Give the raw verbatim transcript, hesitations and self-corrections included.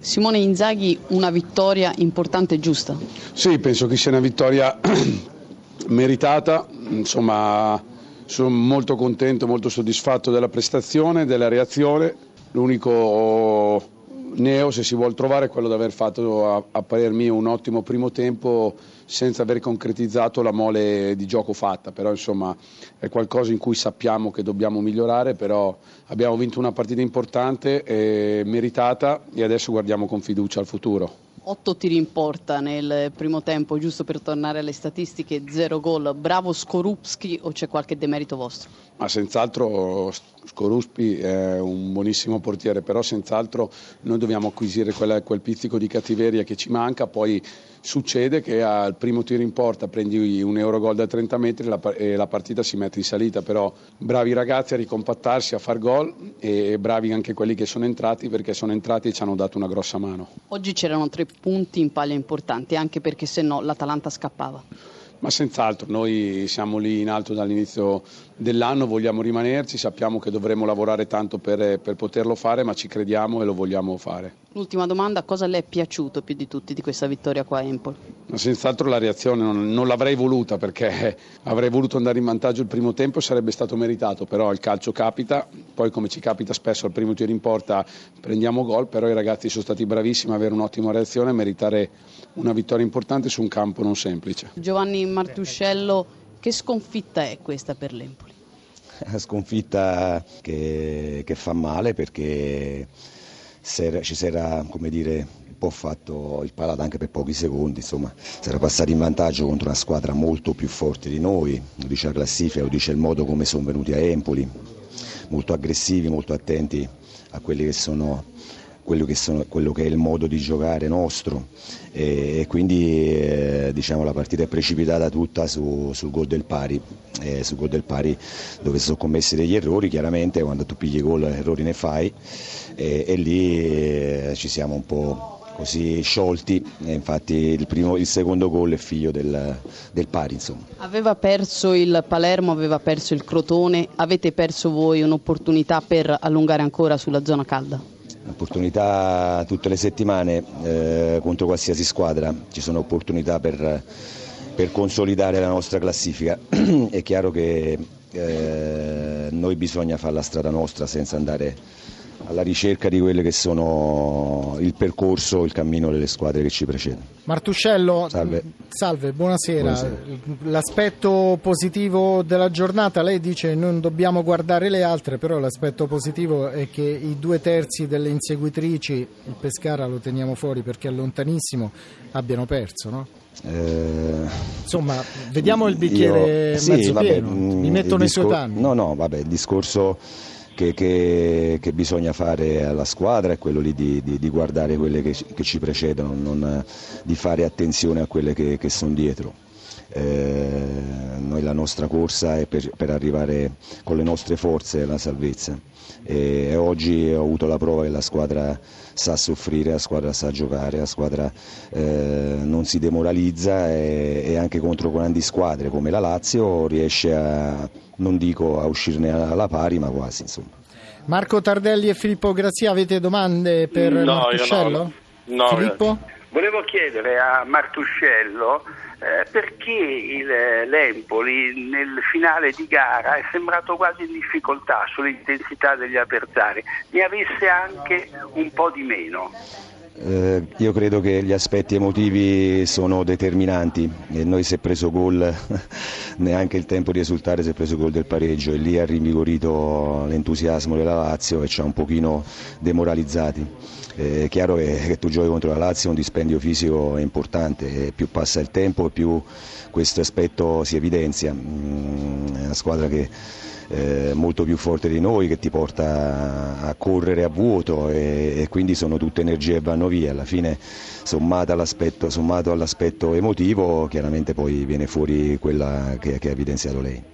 Simone Inzaghi, una vittoria importante e giusta? Sì, penso che sia una vittoria meritata, insomma sono molto contento, molto soddisfatto della prestazione, della reazione. L'unico neo, se si vuol trovare, è quello di aver fatto a, a parer mio un ottimo primo tempo senza aver concretizzato la mole di gioco fatta, però insomma è qualcosa in cui sappiamo che dobbiamo migliorare, però abbiamo vinto una partita importante e meritata e adesso guardiamo con fiducia al futuro. Otto tiri in porta nel primo tempo, giusto per tornare alle statistiche, zero gol. Bravo Skorupski o c'è qualche demerito vostro? Ma senz'altro Skorupski è un buonissimo portiere, però senz'altro noi dobbiamo acquisire quella, quel pizzico di cattiveria che ci manca. Poi succede che al primo tiro in porta prendi un Eurogol da trenta metri la, e la partita si mette in salita, però bravi ragazzi a ricompattarsi, a far gol e bravi anche quelli che sono entrati, perché sono entrati e ci hanno dato una grossa mano. Oggi c'erano tre punti in paglia importanti, anche perché se no l'Atalanta scappava. Ma senz'altro, noi siamo lì in alto dall'inizio dell'anno, vogliamo rimanerci, sappiamo che dovremo lavorare tanto per, per poterlo fare, ma ci crediamo e lo vogliamo fare. L'ultima domanda, cosa le è piaciuto più di tutti di questa vittoria qua a Empoli? Ma senz'altro la reazione, non, non l'avrei voluta perché avrei voluto andare in vantaggio il primo tempo e sarebbe stato meritato, però il calcio capita, poi come ci capita spesso al primo tiro in porta prendiamo gol, però i ragazzi sono stati bravissimi a avere un'ottima reazione e meritare una vittoria importante su un campo non semplice. Giovanni Martuscello, che sconfitta è questa per l'Empoli? Una sconfitta che, che fa male perché ci si era, come dire, un po' fatto il palato anche per pochi secondi, insomma, si era passati in vantaggio contro una squadra molto più forte di noi, lo dice la classifica, lo dice il modo come sono venuti a Empoli, molto aggressivi, molto attenti a quelli che sono quello che, sono, quello che è il modo di giocare nostro e, e quindi eh, diciamo la partita è precipitata tutta su, sul gol del pari, eh, sul gol del pari dove si sono commessi degli errori, chiaramente quando tu pigli gol errori ne fai e, e lì eh, ci siamo un po' così sciolti e infatti il, primo, il secondo gol è figlio del, del pari, insomma. Aveva perso il Palermo, aveva perso il Crotone, avete perso voi un'opportunità per allungare ancora sulla zona calda? Opportunità tutte le settimane eh, contro qualsiasi squadra, ci sono opportunità per, per consolidare la nostra classifica. È chiaro che eh, noi bisogna fare la strada nostra senza andare alla ricerca di quelle che sono il percorso, il cammino delle squadre che ci precedono. Martuscello, salve, salve buonasera. buonasera. L'aspetto positivo della giornata, lei dice non dobbiamo guardare le altre, però l'aspetto positivo è che i due terzi delle inseguitrici, il Pescara lo teniamo fuori perché è lontanissimo, abbiano perso, no? Eh, Insomma, vediamo il bicchiere io, sì, mezzo vabbè, pieno, mi metto nei discor- suoi panni. No, no, vabbè, il discorso Che, che, che bisogna fare alla squadra è quello lì di, di, di guardare quelle che, che ci precedono, non di fare attenzione a quelle che, che sono dietro. Eh, noi la nostra corsa è per, per arrivare con le nostre forze alla salvezza e, e oggi ho avuto la prova che la squadra sa soffrire, la squadra sa giocare, la squadra eh, non si demoralizza e, e anche contro grandi squadre come la Lazio riesce a, non dico a uscirne alla pari, ma quasi, insomma. Marco Tardelli e Filippo Grazia, avete domande per no, Martuscello? No, no. Filippo? Volevo chiedere a Martuscello eh, perché il, l'Empoli nel finale di gara è sembrato quasi in difficoltà sull'intensità degli avversari, ne avesse anche un po' di meno. Eh, io credo che gli aspetti emotivi sono determinanti e noi si è preso gol neanche il tempo di esultare, si è preso gol del pareggio e lì ha rinvigorito l'entusiasmo della Lazio e ci ha un pochino demoralizzati. È chiaro che, che tu giochi contro la Lazio, un dispendio fisico importante e più passa il tempo e più questo aspetto si evidenzia. Mm, è una squadra che Eh, molto più forte di noi, che ti porta a correre a vuoto e, e quindi sono tutte energie che vanno via. Alla fine sommata all'aspetto, sommato all'aspetto emotivo chiaramente poi viene fuori quella che, che ha evidenziato lei.